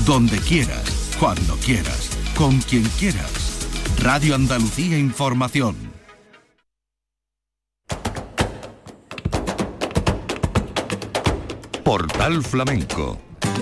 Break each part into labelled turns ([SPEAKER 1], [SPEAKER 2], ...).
[SPEAKER 1] donde quieras, cuando quieras, con quien quieras. Radio Andalucía Información. Portal Flamenco.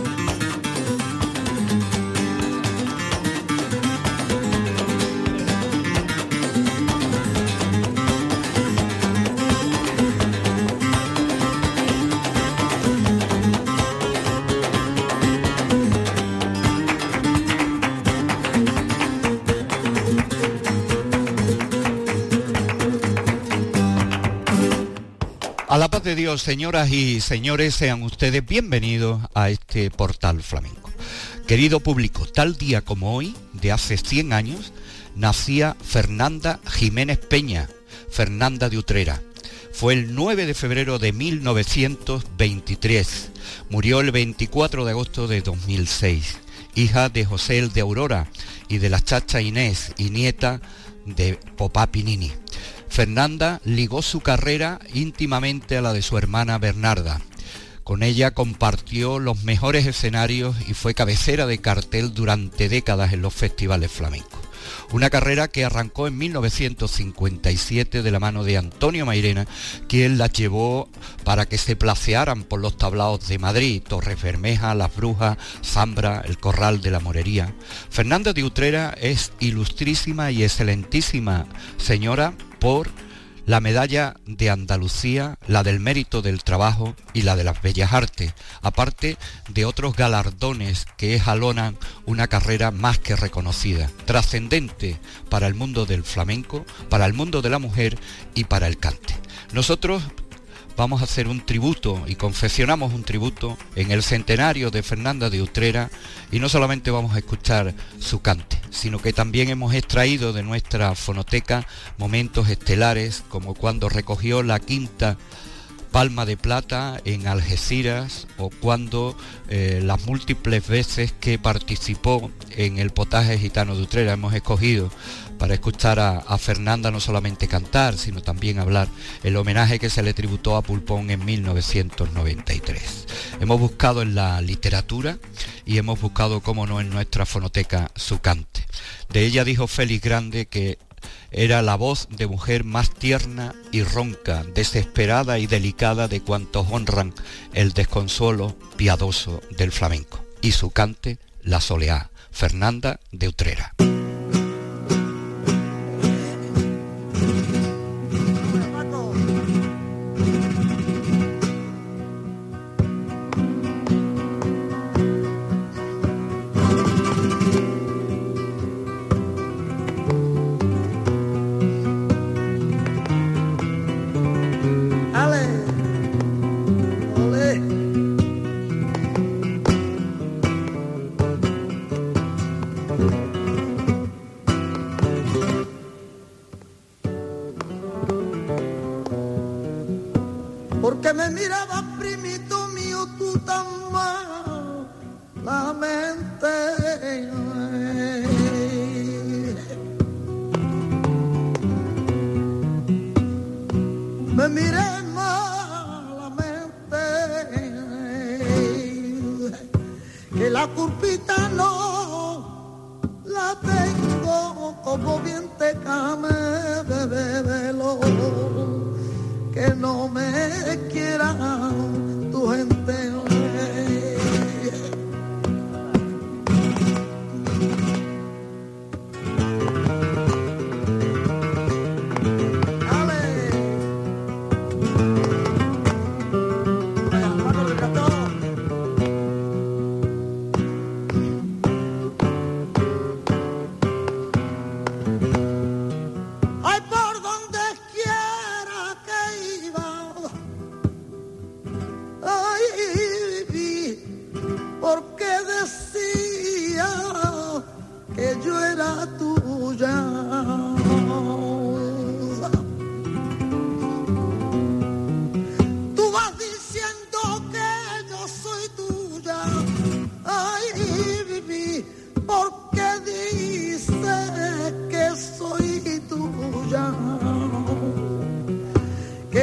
[SPEAKER 2] A la paz de Dios, señoras y señores, sean ustedes bienvenidos a este Portal Flamenco. Querido público, tal día como hoy, de hace 100 años, nacía Fernanda Jiménez Peña, Fernanda de Utrera. Fue el 9 de febrero de 1923. Murió el 24 de agosto de 2006. Hija de José el de Aurora y de la chacha Inés y nieta de Popá Pinini. Fernanda ligó su carrera íntimamente a la de su hermana Bernarda. Con ella compartió los mejores escenarios y fue cabecera de cartel durante décadas en los festivales flamencos. Una carrera que arrancó en 1957 de la mano de Antonio Mairena, quien la llevó para que se placearan por los tablaos de Madrid, Torres Bermeja, Las Brujas, Zambra, el Corral de la Morería. Fernanda de Utrera es ilustrísima y excelentísima señora por la medalla de Andalucía, la del mérito del trabajo y la de las bellas artes, aparte de otros galardones que jalonan una carrera más que reconocida, trascendente para el mundo del flamenco, para el mundo de la mujer y para el cante. Nosotros vamos a hacer un tributo y confeccionamos un tributo en el centenario de Fernanda de Utrera, y no solamente vamos a escuchar su cante, sino que también hemos extraído de nuestra fonoteca momentos estelares, como cuando recogió la quinta Palma de Plata en Algeciras, o cuando las múltiples veces que participó en el potaje gitano de Utrera. Hemos escogido para escuchar a Fernanda no solamente cantar, sino también hablar, el homenaje que se le tributó a Pulpón en 1993. Hemos buscado en la literatura y hemos buscado, cómo no, en nuestra fonoteca su cante. De ella dijo Félix Grande que era la voz de mujer más tierna y ronca, desesperada y delicada de cuantos honran el desconsuelo piadoso del flamenco. Y su cante, la soleá, Fernanda de Utrera.
[SPEAKER 3] Porque me mirabas, primito mío, tú tan malamente. Me miré malamente, que la culpita no la tengo, como bien te came, bebelo. Que no me quiera tu gente.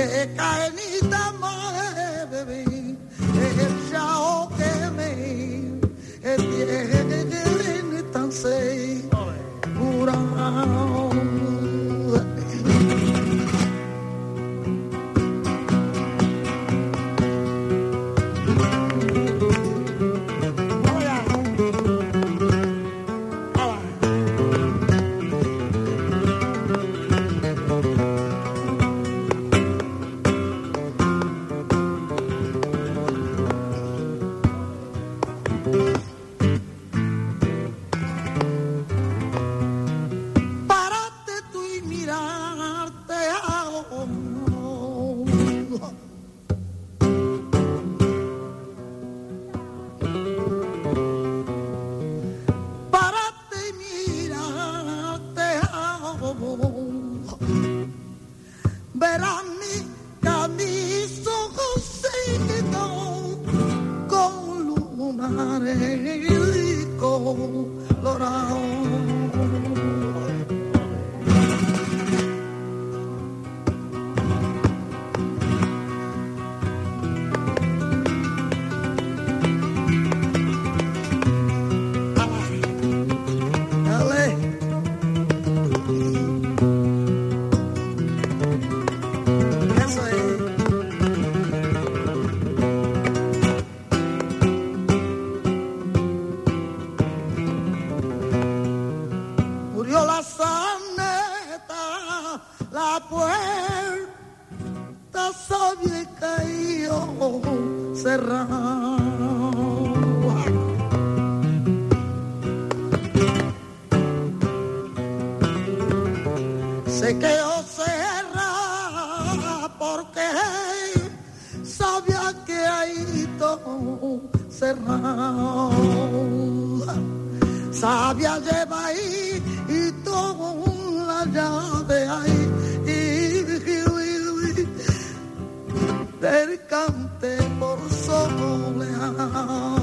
[SPEAKER 3] Caenita, my baby, el chao que me tan segura. Se quedó cerrada porque sabía que ahí todo cerrado. Sabía llevar ahí y todo la llave ahí del cante por soleado.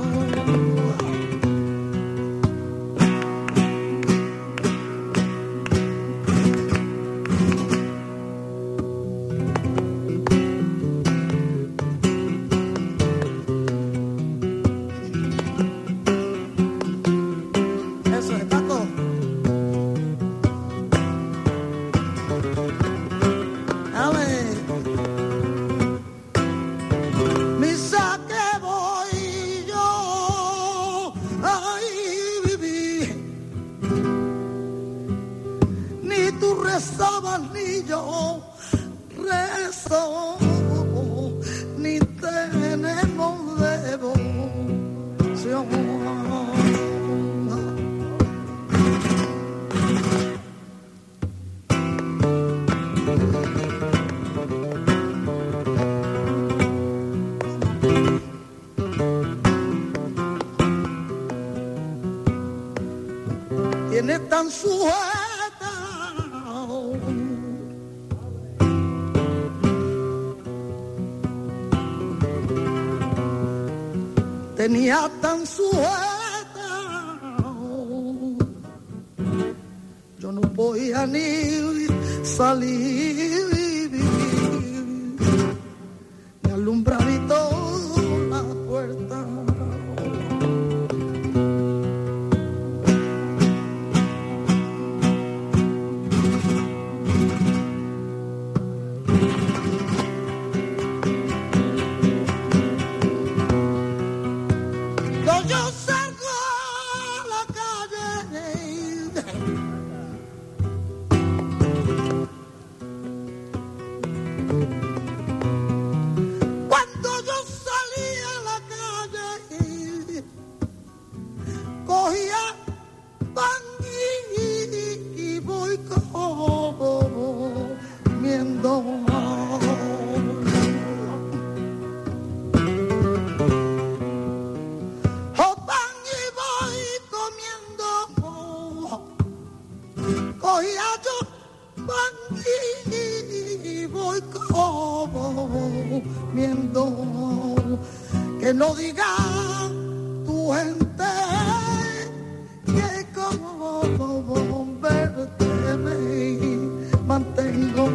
[SPEAKER 3] Tiene tan sujeta, tenía tan sujeta, yo no podía ni salir, ni alumbradito la puerta. Que no diga tu gente que como verte me mantengo.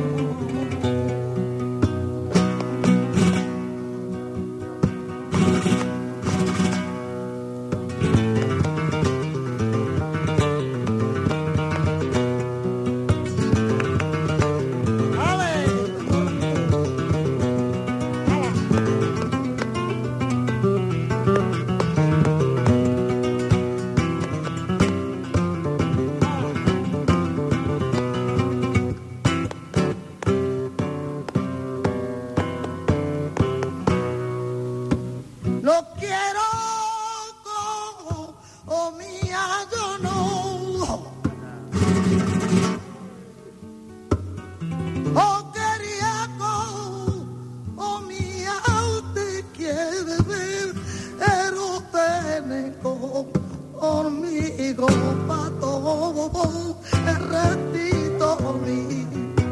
[SPEAKER 3] Oh queriaco, oh mía, te quiere ver, pero tiene conmigo pa' todo el ratito mío.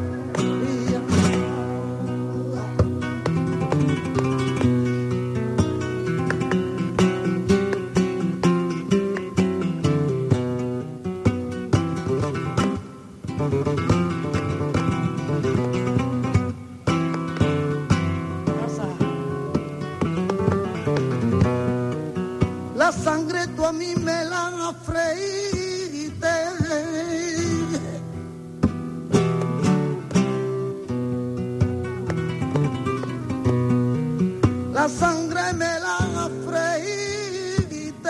[SPEAKER 3] La sangre tú a mí me la freíste, la sangre me la freíste,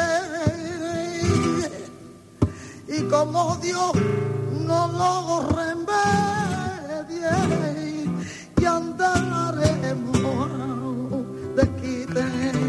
[SPEAKER 3] y como Dios no lo remedie, y andaremos de quite.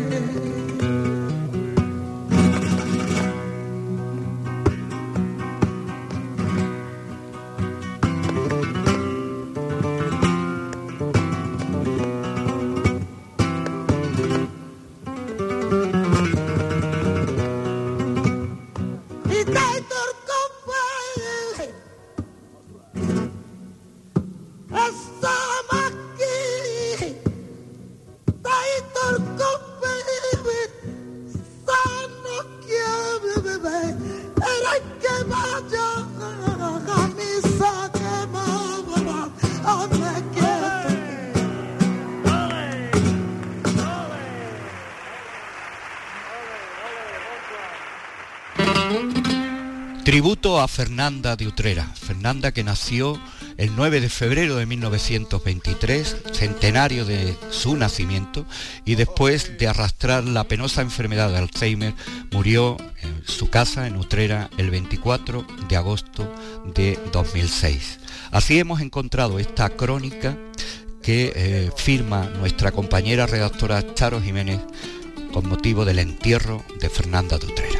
[SPEAKER 2] Tributo a Fernanda de Utrera. Fernanda, que nació el 9 de febrero de 1923, centenario de su nacimiento, y después de arrastrar la penosa enfermedad de Alzheimer, murió en su casa en Utrera el 24 de agosto de 2006. Así hemos encontrado esta crónica que firma nuestra compañera redactora Charo Jiménez con motivo del entierro de Fernanda de Utrera.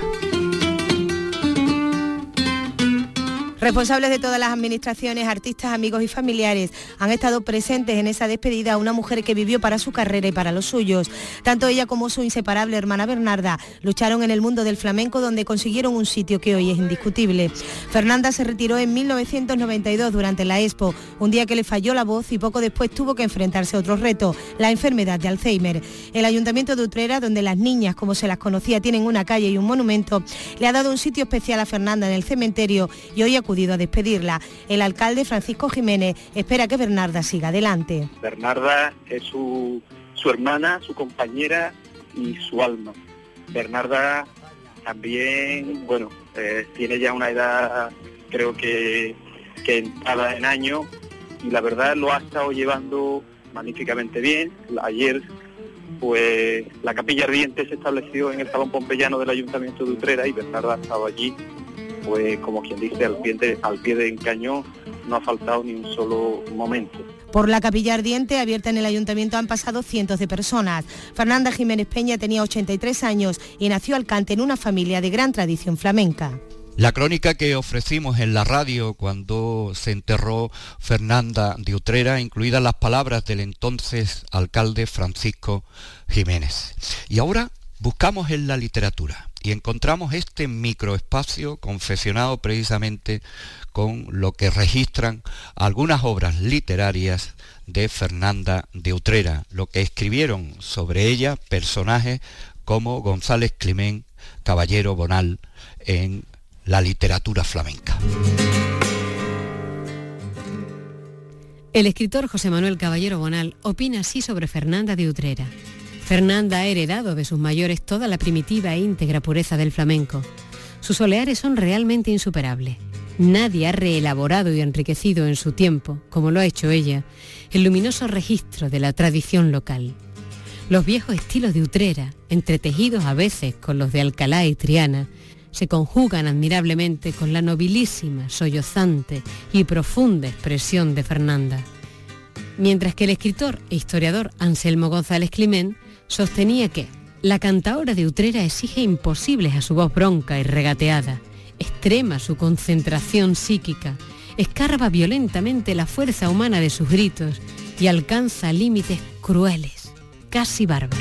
[SPEAKER 4] Responsables de todas las administraciones, artistas, amigos y familiares han estado presentes en esa despedida a una mujer que vivió para su carrera y para los suyos. Tanto ella como su inseparable hermana Bernarda lucharon en el mundo del flamenco, donde consiguieron un sitio que hoy es indiscutible. Fernanda se retiró en 1992 durante la Expo, un día que le falló la voz y poco después tuvo que enfrentarse a otro reto, la enfermedad de Alzheimer. El Ayuntamiento de Utrera, donde las niñas, como se las conocía, tienen una calle y un monumento, le ha dado un sitio especial a Fernanda en el cementerio y hoy acudido a despedirla. El alcalde Francisco Jiménez espera que Bernarda siga adelante.
[SPEAKER 5] Bernarda es su hermana, su compañera y su alma. Bernarda también, tiene ya una edad, creo que entrada en años, y la verdad lo ha estado llevando magníficamente bien. Ayer pues la capilla ardiente se estableció en el Salón Pompeyano del Ayuntamiento de Utrera y Bernarda ha estado allí, pues como quien dice, al pie del cañón, no ha faltado ni un solo momento.
[SPEAKER 4] Por la capilla ardiente abierta en el ayuntamiento han pasado cientos de personas. Fernanda Jiménez Peña tenía 83 años y nació al cante en una familia de gran tradición flamenca.
[SPEAKER 2] La crónica que ofrecimos en la radio cuando se enterró Fernanda de Utrera, incluidas las palabras del entonces alcalde Francisco Jiménez. Y ahora buscamos en la literatura y encontramos este microespacio confeccionado precisamente con lo que registran algunas obras literarias de Fernanda de Utrera, lo que escribieron sobre ella personajes como González Climent, Caballero Bonal en la literatura flamenca.
[SPEAKER 6] El escritor José Manuel Caballero Bonal opina así sobre Fernanda de Utrera. Fernanda ha heredado de sus mayores toda la primitiva e íntegra pureza del flamenco. Sus oleares son realmente insuperables. Nadie ha reelaborado y enriquecido en su tiempo, como lo ha hecho ella, el luminoso registro de la tradición local. Los viejos estilos de Utrera, entretejidos a veces con los de Alcalá y Triana, se conjugan admirablemente con la nobilísima, sollozante y profunda expresión de Fernanda. Mientras que el escritor e historiador Anselmo González Climent sostenía que la cantaora de Utrera exige imposibles a su voz bronca y regateada, es extrema su concentración psíquica, escarba violentamente la fuerza humana de sus gritos y alcanza límites crueles, casi bárbaros.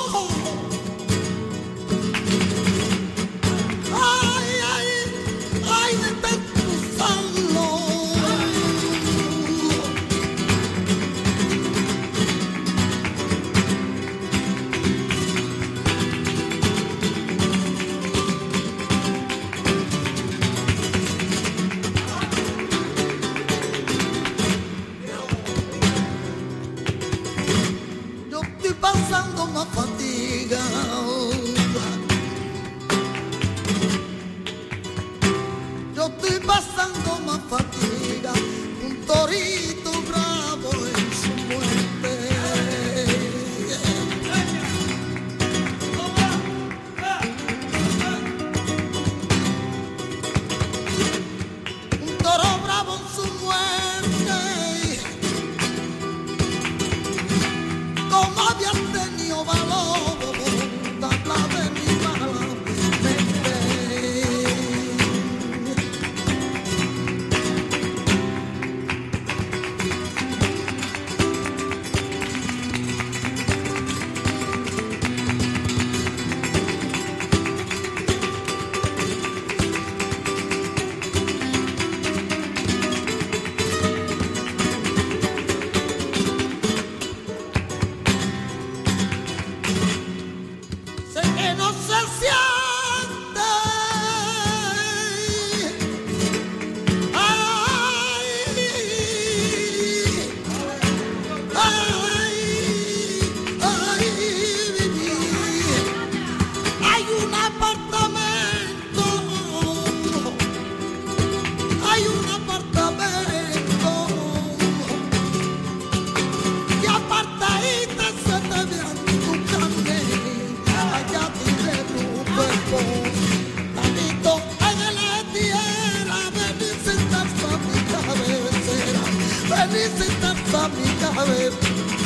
[SPEAKER 3] Ay, ay, visitando mi cabeza.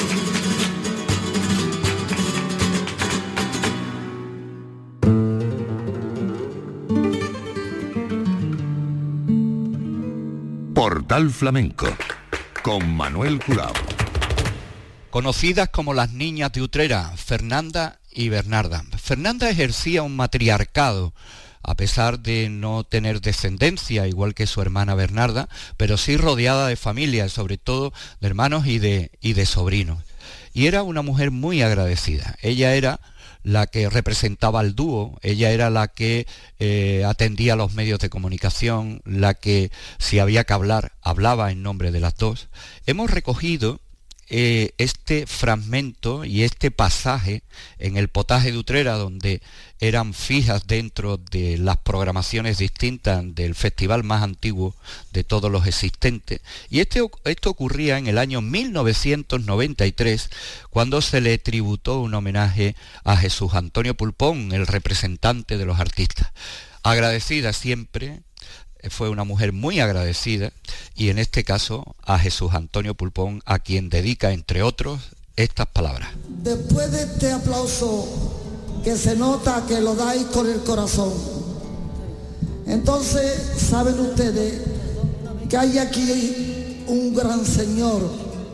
[SPEAKER 1] Portal Flamenco con Manuel Curao.
[SPEAKER 2] Conocidas como las niñas de Utrera, Fernanda y Bernarda. Fernanda ejercía un matriarcado, a pesar de no tener descendencia, igual que su hermana Bernarda, pero sí rodeada de familia, sobre todo de hermanos y de sobrinos. Y era una mujer muy agradecida. Ella era la que representaba al dúo, ella era la que atendía a los medios de comunicación, la que, si había que hablar, hablaba en nombre de las dos. Hemos recogido este fragmento y este pasaje en el Potaje de Utrera, donde eran fijas dentro de las programaciones distintas del festival más antiguo de todos los existentes. Y esto ocurría en el año 1993, cuando se le tributó un homenaje a Jesús Antonio Pulpón, el representante de los artistas. Agradecida siempre, fue una mujer muy agradecida, y en este caso a Jesús Antonio Pulpón, a quien dedica, entre otros, estas palabras.
[SPEAKER 3] Después de este aplauso que se nota que lo dais con el corazón, entonces saben ustedes que hay aquí un gran señor,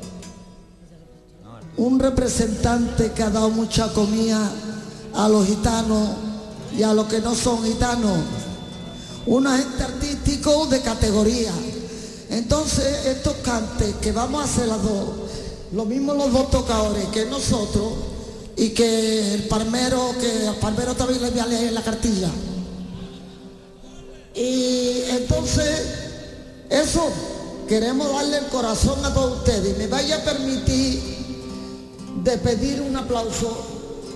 [SPEAKER 3] un representante que ha dado mucha comida a los gitanos y a los que no son gitanos, un agente artístico de categoría. Entonces estos cantes que vamos a hacer las dos, lo mismo los dos tocadores que nosotros, y que al palmero también le voy a leer la cartilla. Y entonces eso, queremos darle el corazón a todos ustedes. Y me vaya a permitir de pedir un aplauso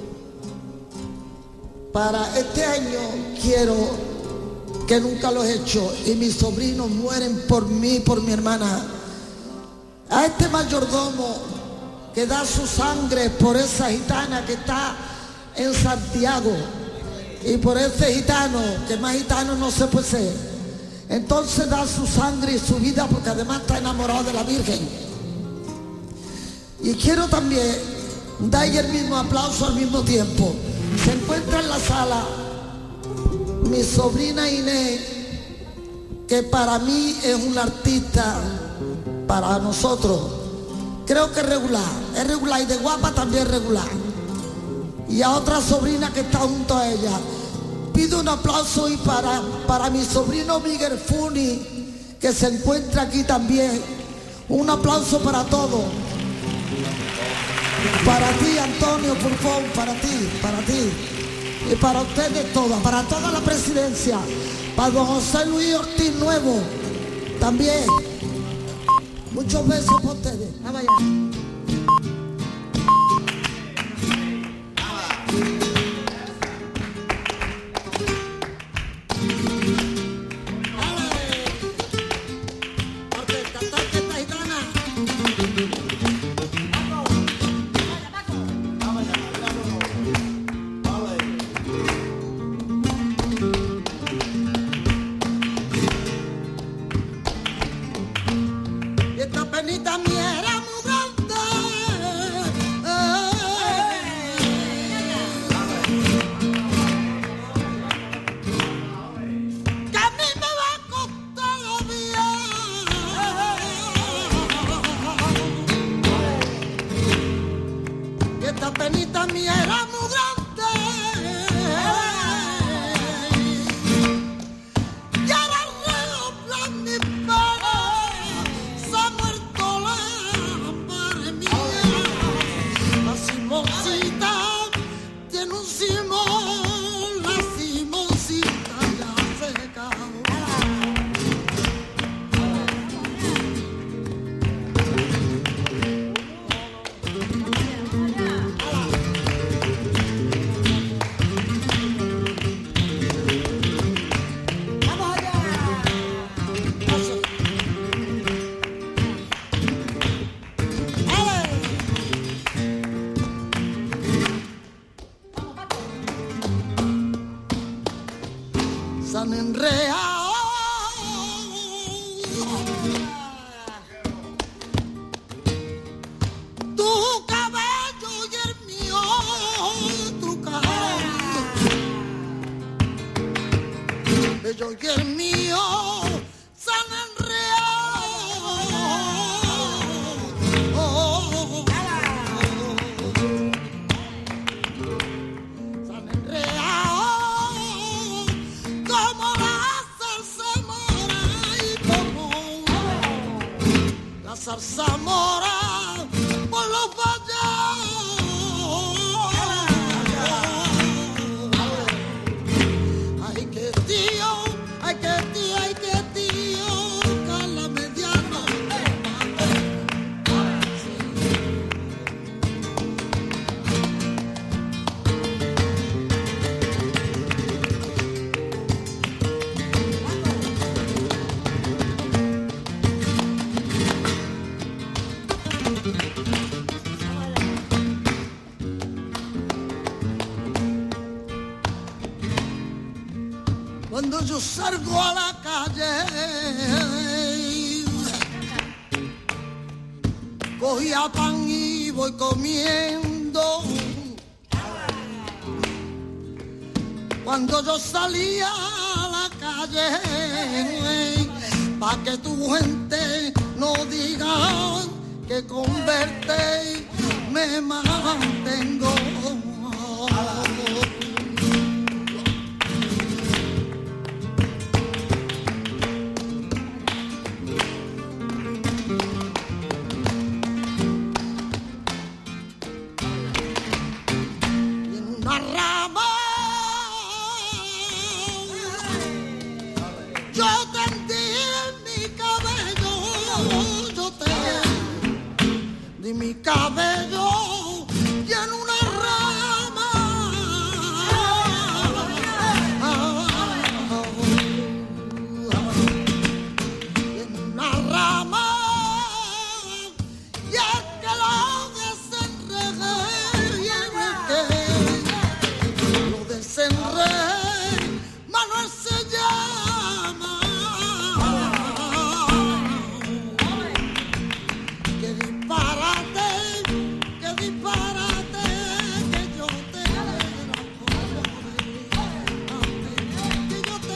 [SPEAKER 3] para este año. Quiero, que nunca lo he hecho, y mis sobrinos mueren por mí, por mi hermana, a este mayordomo que da su sangre por esa gitana que está en Santiago, y por ese gitano, que más gitano no se puede ser. Entonces da su sangre y su vida, porque además está enamorado de la Virgen. Y quiero también dar el mismo aplauso al mismo tiempo. Se encuentra en la sala mi sobrina Inés, que para mí es una artista, para nosotros, creo que es regular, y de guapa también regular. Y a otra sobrina que está junto a ella. Pido un aplauso y para mi sobrino Miguel Funi, que se encuentra aquí también. Un aplauso para todos. Para ti, Antonio Pulpón, para ti. Y para ustedes todas, para toda la presidencia, para don José Luis Ortiz Nuevo, también. Muchos besos para ustedes. Vamos allá. bello y el mío se han zarzamora por los valles. Ay, que tío, ay, que tío, ay, que tío, Carla Mediano. Cuando yo salgo a la calle, cogía pan y voy comiendo. Cuando yo salía a la calle, pa' que tu gente no diga que con verte me mantengo. Mi cabello y en una rama y es que lo desenredé y en el que lo desenredé Manuel se llama. Que disparate, que disparate, que yo te quiero como que yo te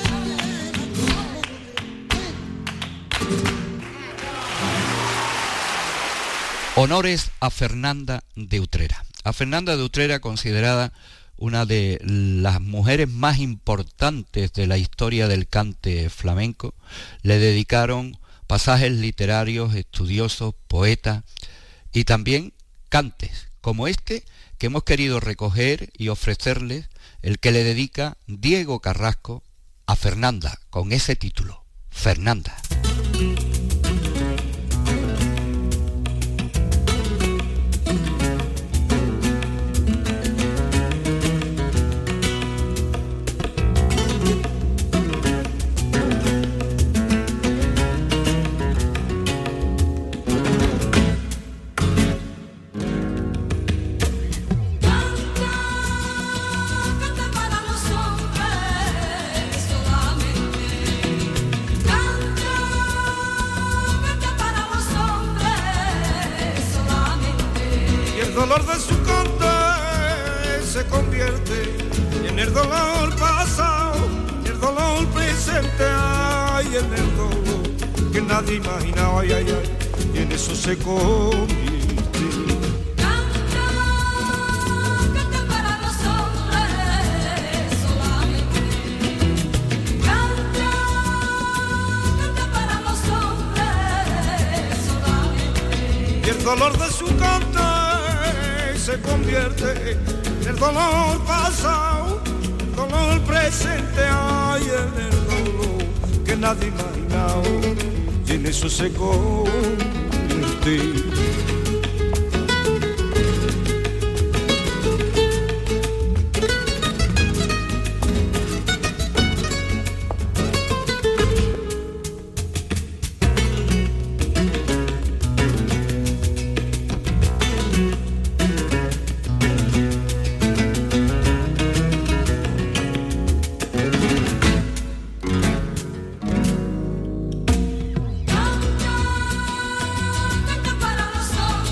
[SPEAKER 3] quiero.
[SPEAKER 2] Honores a Fernanda de Utrera. A Fernanda de Utrera, considerada una de las mujeres más importantes de la historia del cante flamenco, le dedicaron pasajes literarios, estudiosos, poetas y también cantes, como este que hemos querido recoger y ofrecerles, el que le dedica Diego Carrasco a Fernanda, con ese título, Fernanda.
[SPEAKER 7] El dolor de su cante se convierte en el dolor pasado, en el dolor presente, ay, en el dolor que nadie imaginaba, ay, ay, ay, y en eso se convierte.
[SPEAKER 8] Canta para los hombres solamente. Canta para los hombres solamente.
[SPEAKER 7] Y el dolor de su cante se convierte en el dolor pasado, el dolor presente, ay, en el dolor que nadie imaginaba, y en eso se convierte.
[SPEAKER 8] Canta para los hombres.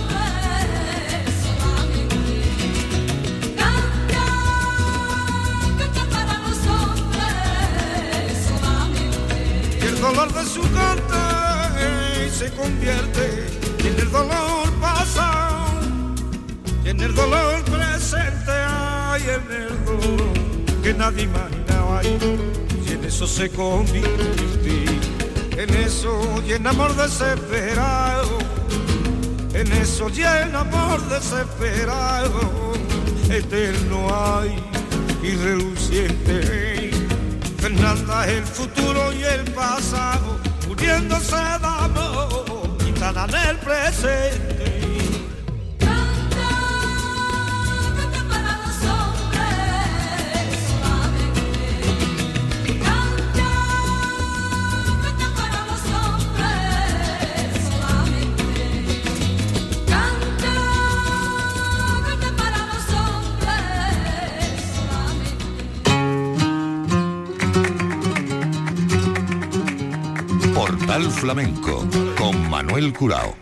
[SPEAKER 7] dolor de su cante se convierte en el dolor pasado, y en el dolor presente hay en el dolor que nadie imaginaba, y en eso se convierte, en eso y en amor desesperado, en eso y en amor desesperado, eterno hay y reluciente. Fernanda es el futuro y el pasado, muriéndose de amor, gitana en el presente.
[SPEAKER 8] Canta, canta para los hombres solamente. Canta, canta para los hombres solamente. Canta, canta para los hombres solamente.
[SPEAKER 1] Portal Flamenco con Manuel Curao.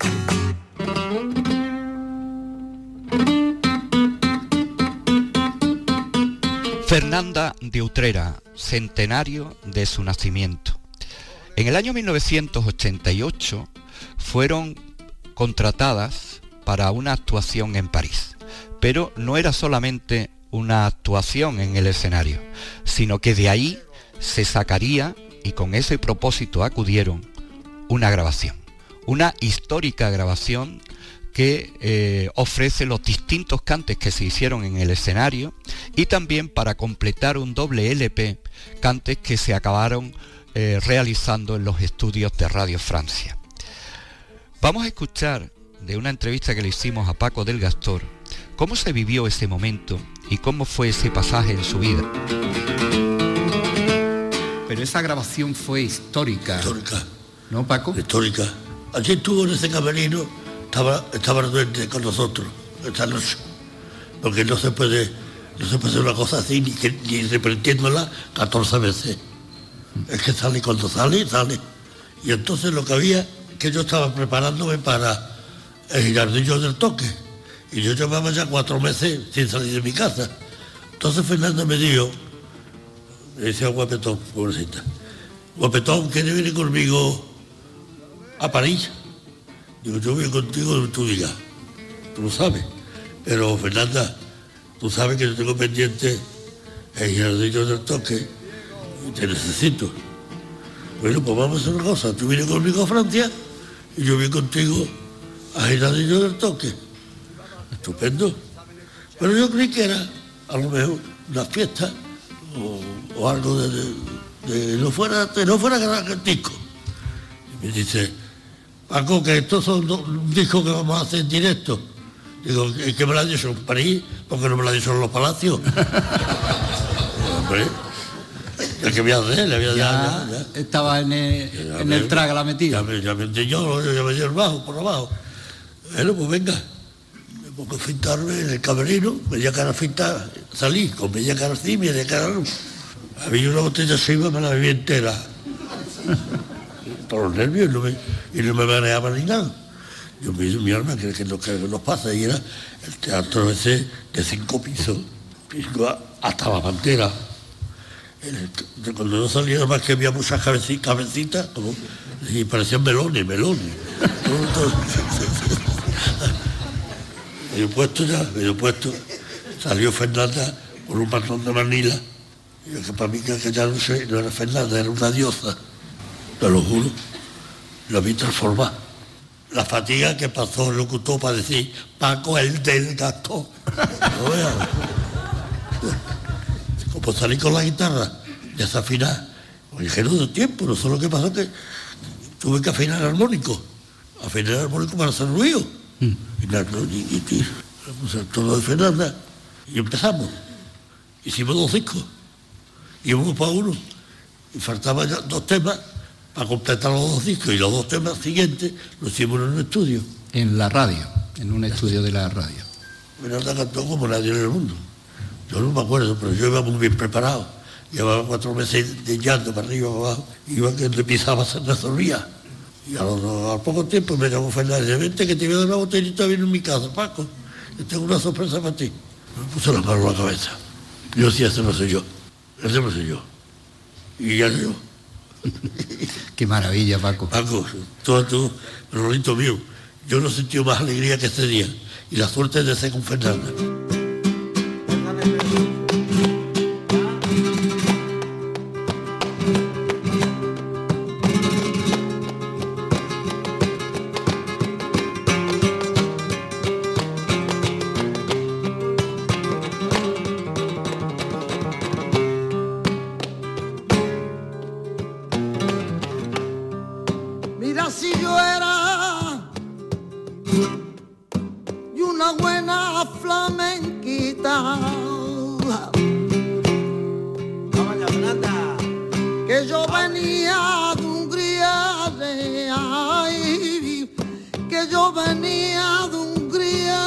[SPEAKER 2] Fernanda de Utrera, centenario de su nacimiento. En el año 1988 fueron contratadas para una actuación en París, pero no era solamente una actuación en el escenario, sino que de ahí se sacaría, y con ese propósito acudieron, una grabación, una histórica grabación que ofrece los distintos cantes que se hicieron en el escenario, y también para completar un doble LP, cantes que se acabaron realizando en los estudios de Radio Francia. Vamos a escuchar de una entrevista que le hicimos a Paco del Gastor cómo se vivió ese momento y cómo fue ese pasaje en su vida.
[SPEAKER 9] Pero esa grabación fue histórica.
[SPEAKER 10] Histórica.
[SPEAKER 9] ¿No, Paco?
[SPEAKER 10] Histórica. Allí estuvo en ese camerino, estaba Duende con nosotros esta noche. Porque no se puede hacer una cosa así, ni repitiéndola 14 veces. Es que sale cuando sale. Y entonces lo que había, que yo estaba preparándome para el Girardillo del Toque. Y yo llevaba ya 4 meses sin salir de mi casa. Entonces Fernando me dijo, me decía Guapetón, pobrecita, Guapetón, ¿quiere venir conmigo a París? Digo, yo voy contigo donde tú digas, tú lo sabes. Pero Fernanda, tú sabes que yo tengo pendiente el Girardillo del Toque y te necesito. Bueno, pues vamos a hacer una cosa, tú vienes conmigo a Francia y yo voy contigo a Girardillo del Toque. Estupendo. Pero yo creí que era a lo mejor una fiesta o algo de no fuera gran disco. Y me dice, Paco, que estos son un disco que vamos a hacer en directo. Digo, ¿y qué me lo ha dicho en París? ¿Por qué no me lo ha dicho en los Palacios? Hombre, ¿qué voy a hacer?
[SPEAKER 9] Ya estaba en el traga metido.
[SPEAKER 10] Ya me di el bajo, por abajo. Bueno, pues venga. Me pongo a fintarme en el camerino, media cara finta, salí con media cara así, media cara no. Había una botella encima, me la bebí entera. Por los nervios y no me mareaba ni nada. Yo me dice mi alma que nos pasa, y era el teatro ese de 5 pisos, hasta la pantera. Cuando no salía más que había muchas cabecitas, como, y parecían melones. Todo. medio puesto, salió Fernanda con un patrón de Manila, y que para mí que ya no era Fernanda, era una diosa, te lo juro, lo vi transformar. La fatiga que pasó el locutor para decir, Paco el del Gastor. No veas. Como salí con la guitarra, desafinar, me dijeron de tiempo, no sé lo que pasó, que tuve que afinar el armónico para hacer ruido. Y el tono de Fernanda, y empezamos. Hicimos 2 discos, íbamos para uno, y faltaban ya 2 temas para completar los 2 discos, y los 2 temas siguientes los hicimos en un estudio.
[SPEAKER 9] En la radio, en un estudio de la radio.
[SPEAKER 10] Fernanda cantó como nadie en el mundo. Yo no me acuerdo, pero yo iba muy bien preparado. Llevaba 4 meses de llanto para arriba, para abajo, iba que pisaba se resolvía. Y a poco tiempo me llamó Fernanda y dice, vente que te voy a dar una botellita bien en mi casa, Paco, yo tengo una sorpresa para ti. Me puso la mano en la cabeza. Yo sí, ese no soy yo. Y ya yo,
[SPEAKER 9] Qué maravilla, Paco.
[SPEAKER 10] Paco, tú, Rolito mío, yo no he sentido más alegría que este día. Y la suerte de ser con Fernanda.
[SPEAKER 3] Mira si yo era y una buena flamenquita, que yo venía de Hungría, ay, que yo venía de Hungría,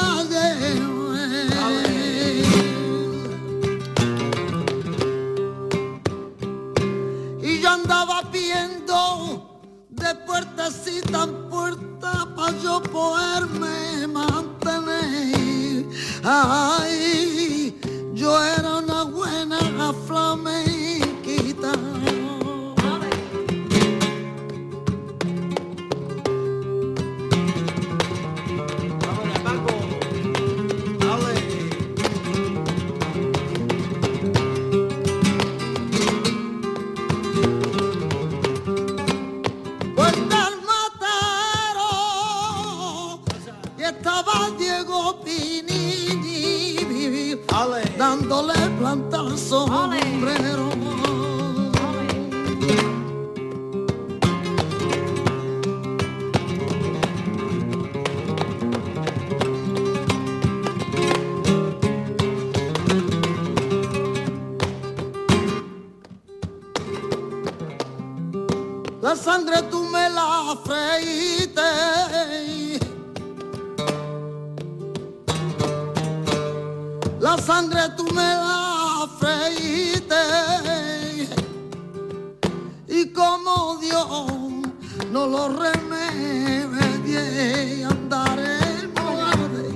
[SPEAKER 3] y yo andaba viendo de puertecita en puerta pa' yo poderme mantener. Ay, yo era una buena flamenquita. Dándole plantazo sombrero. La sangre tú me la freíste, la sangre tú me la freíste, y como Dios no lo remedie, andaré muerde,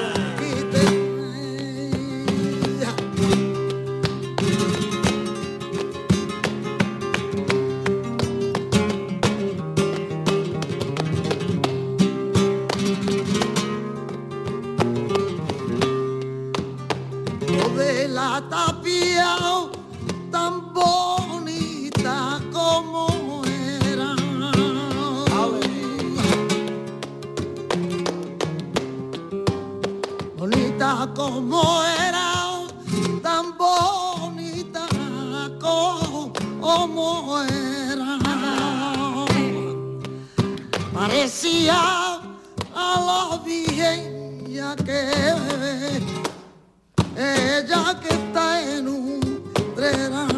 [SPEAKER 3] de la tapia tan bonita como era, bonita como era, tan bonita como era, parecía a la Virgen ya que ella que está en Utrera.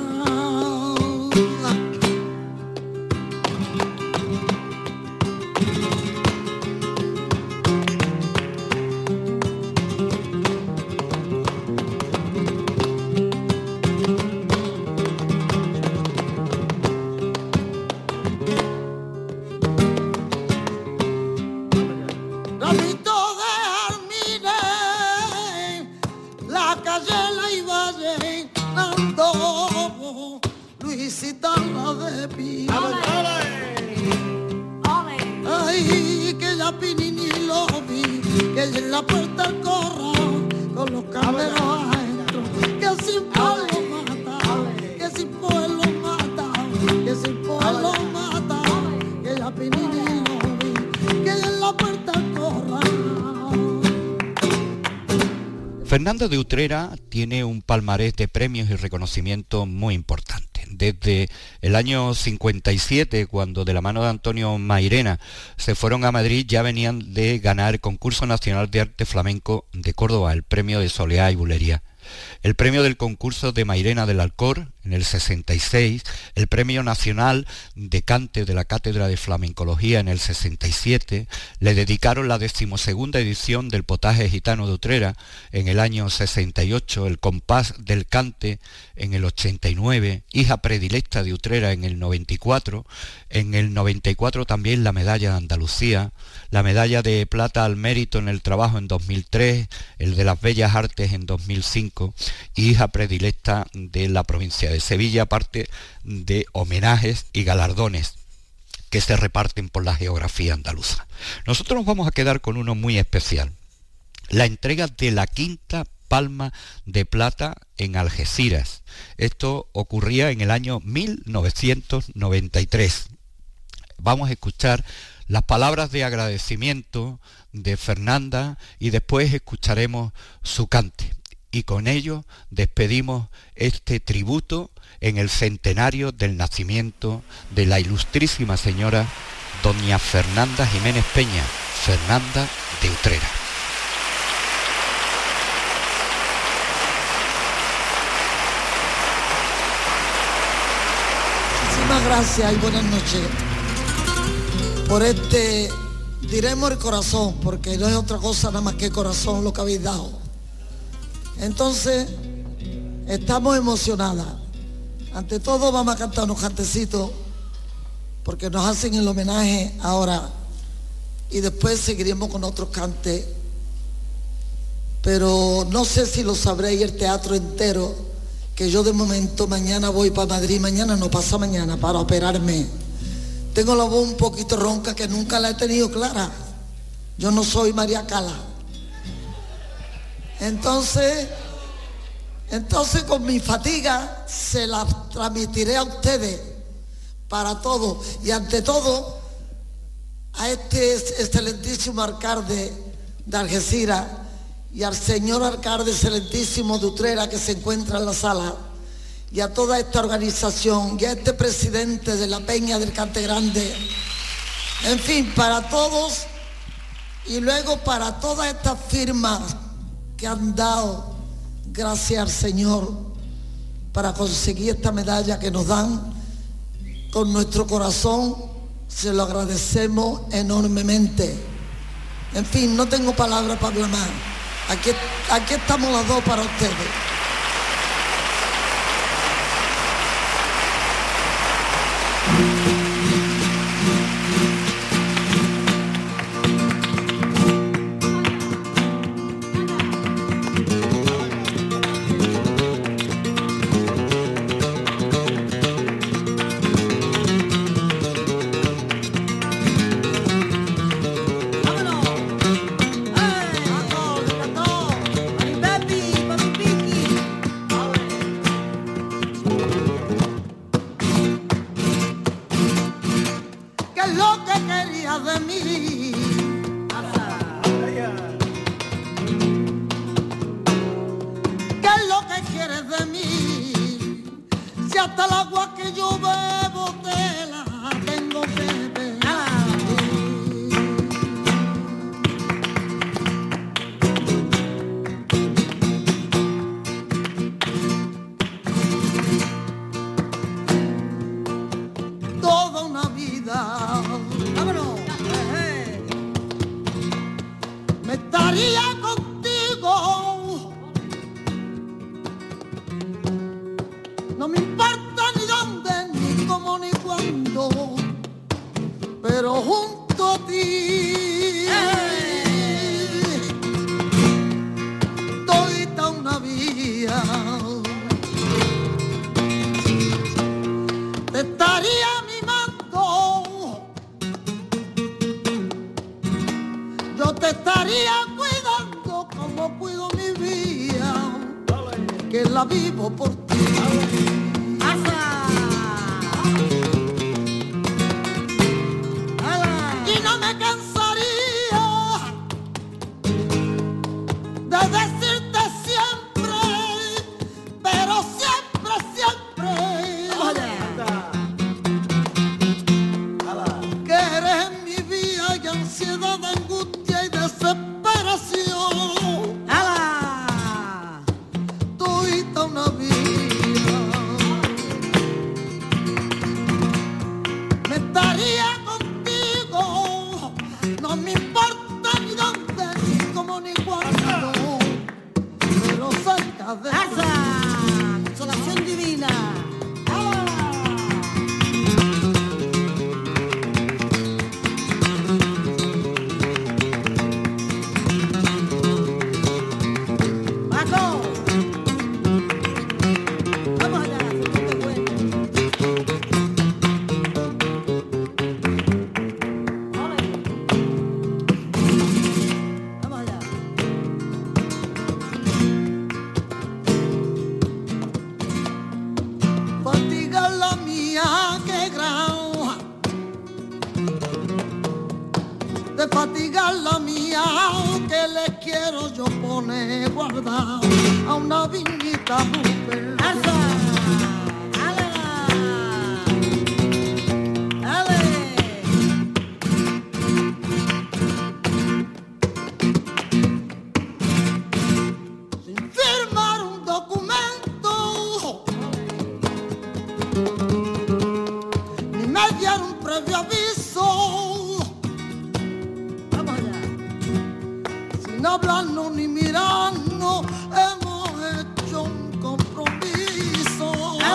[SPEAKER 3] Ramito de Armines, la calle la iba llenando, Luisita la de Pina. Ay, que ya Pinini lo vi, que en la puerta del corral, con los cameros adentro, que sin pueblo mata, que sin pueblo mata, que sin pueblo mata, que ya Pinini lo vi, que en la puerta del corral.
[SPEAKER 2] Fernando de Utrera tiene un palmarés de premios y reconocimientos muy importante. Desde el año 57, cuando de la mano de Antonio Mairena se fueron a Madrid, ya venían de ganar el Concurso Nacional de Arte Flamenco de Córdoba, el premio de Soleá y Bulería, el premio del concurso de Mairena del Alcor en el 66, el premio nacional de cante de la Cátedra de Flamencología en el 67, le dedicaron la 12ª edición del Potaje Gitano de Utrera en el año 68, el compás del cante en el 89, hija predilecta de Utrera en el 94, en el 94 también la medalla de Andalucía, la medalla de plata al mérito en el trabajo en 2003, el de las Bellas Artes en 2005, Francisco, hija predilecta de la provincia de Sevilla, aparte de homenajes y galardones que se reparten por la geografía andaluza. Nosotros nos vamos a quedar con uno muy especial, la entrega de la quinta Palma de Plata en Algeciras. Esto ocurría en el año 1993. Vamos a escuchar las palabras de agradecimiento de Fernanda y después escucharemos su cante. Y con ello despedimos este tributo en el centenario del nacimiento de la ilustrísima señora doña Fernanda Jiménez Peña, Fernanda de Utrera.
[SPEAKER 3] Muchísimas gracias y buenas noches por este, diremos el corazón, porque no es otra cosa nada más que corazón lo que habéis dado. Entonces, estamos emocionadas. Ante todo vamos a cantar unos cantecitos, porque nos hacen el homenaje ahora, y después seguiremos con otros cantes. Pero no sé si lo sabréis el teatro entero, que yo de momento mañana voy para Madrid, mañana no, pasa mañana, para operarme. Tengo la voz un poquito ronca, que nunca la he tenido clara. Yo no soy María Cala. Entonces con mi fatiga se la transmitiré a ustedes para todo. Y ante todo, a este excelentísimo alcalde de Algeciras y al señor alcalde excelentísimo de Utrera, que se encuentra en la sala, y a toda esta organización, y a este presidente de la Peña del Cante Grande, en fin, para todos, y luego para todas estas firmas que han dado, gracias al Señor, para conseguir esta medalla que nos dan, con nuestro corazón se lo agradecemos enormemente. En fin, no tengo palabras para hablar más. Aquí estamos las dos para ustedes.
[SPEAKER 8] Una vida
[SPEAKER 3] de fatigar la mía, que le quiero yo poner guardado a una viñita mujer. Sin firmar un documento, ni mediar un previo aviso, sin hablarnos ni mirarnos, hemos hecho un compromiso.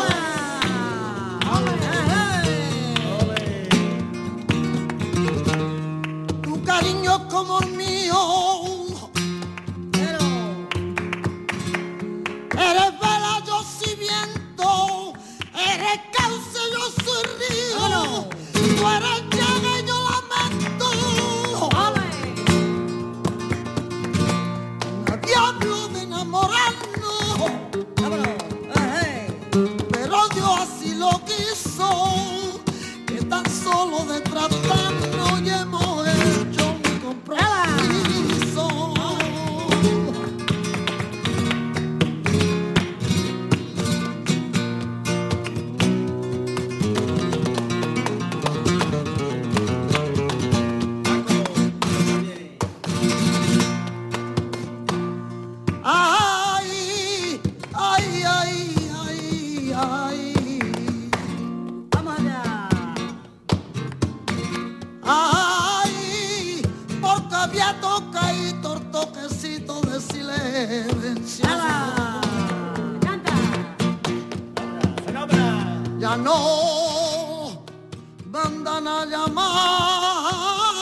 [SPEAKER 3] Tu cariño es como el mío, eres vela, yo soy viento, eres cauce, yo soy río, tú eres llaga y yo lamento. Nadie habló de enamorarnos, pero Dios así lo quiso, que tan solo de tratarnos ya hemos hecho un compromiso. Ay, ay, ay, ay, ay. Vamos allá. Ay, porque había tocadito el toquecito de silencio. Ya no mandan a llamar.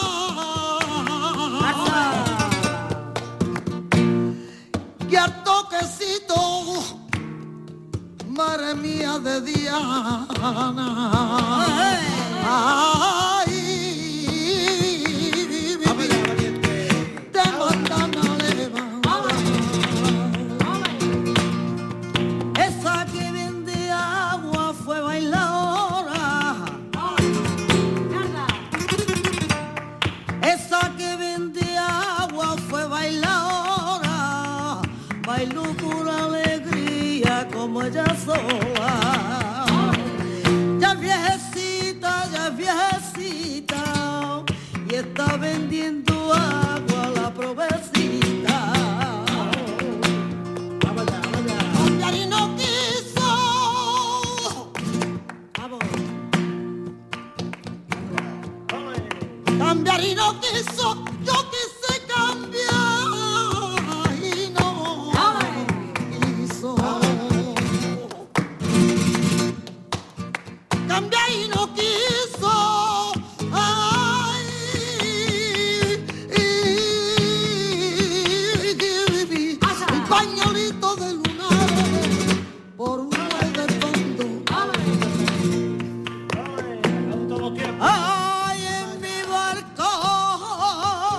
[SPEAKER 3] Y al toquecito, madre mía de Diana. Ay, te mandan a levantar. Esa que vende agua fue bailadora. Esa que vende agua fue bailadora. Bailó por alegría como ella sola. Ya es viejecita, y está vendiendo agua a la provecita. Cambiar y no quiso. Cambiar y no quiso, yo quise cambiar y no quiso. Cambiar y no quiso. Ay, un pañuelito de lunares por una ley de fondo. Ay, en mi barco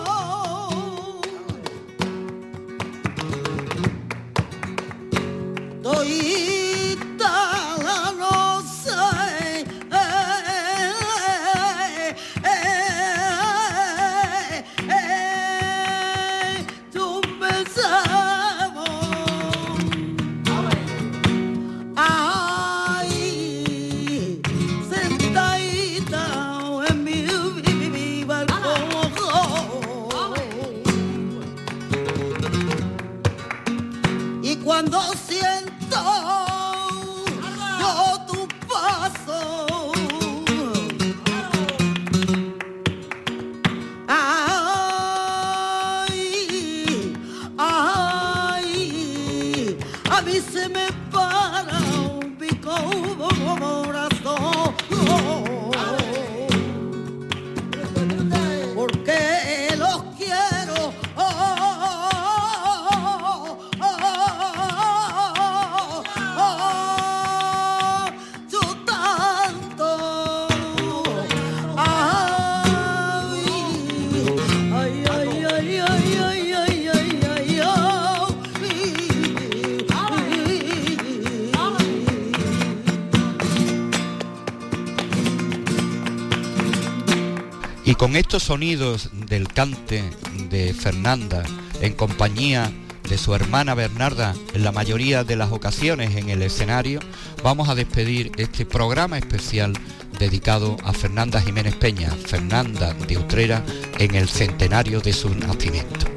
[SPEAKER 2] Y con estos sonidos del cante de Fernanda, en compañía de su hermana Bernarda, en la mayoría de las ocasiones en el escenario, vamos a despedir este programa especial dedicado a Fernanda Jiménez Peña, Fernanda de Utrera, en el centenario de su nacimiento.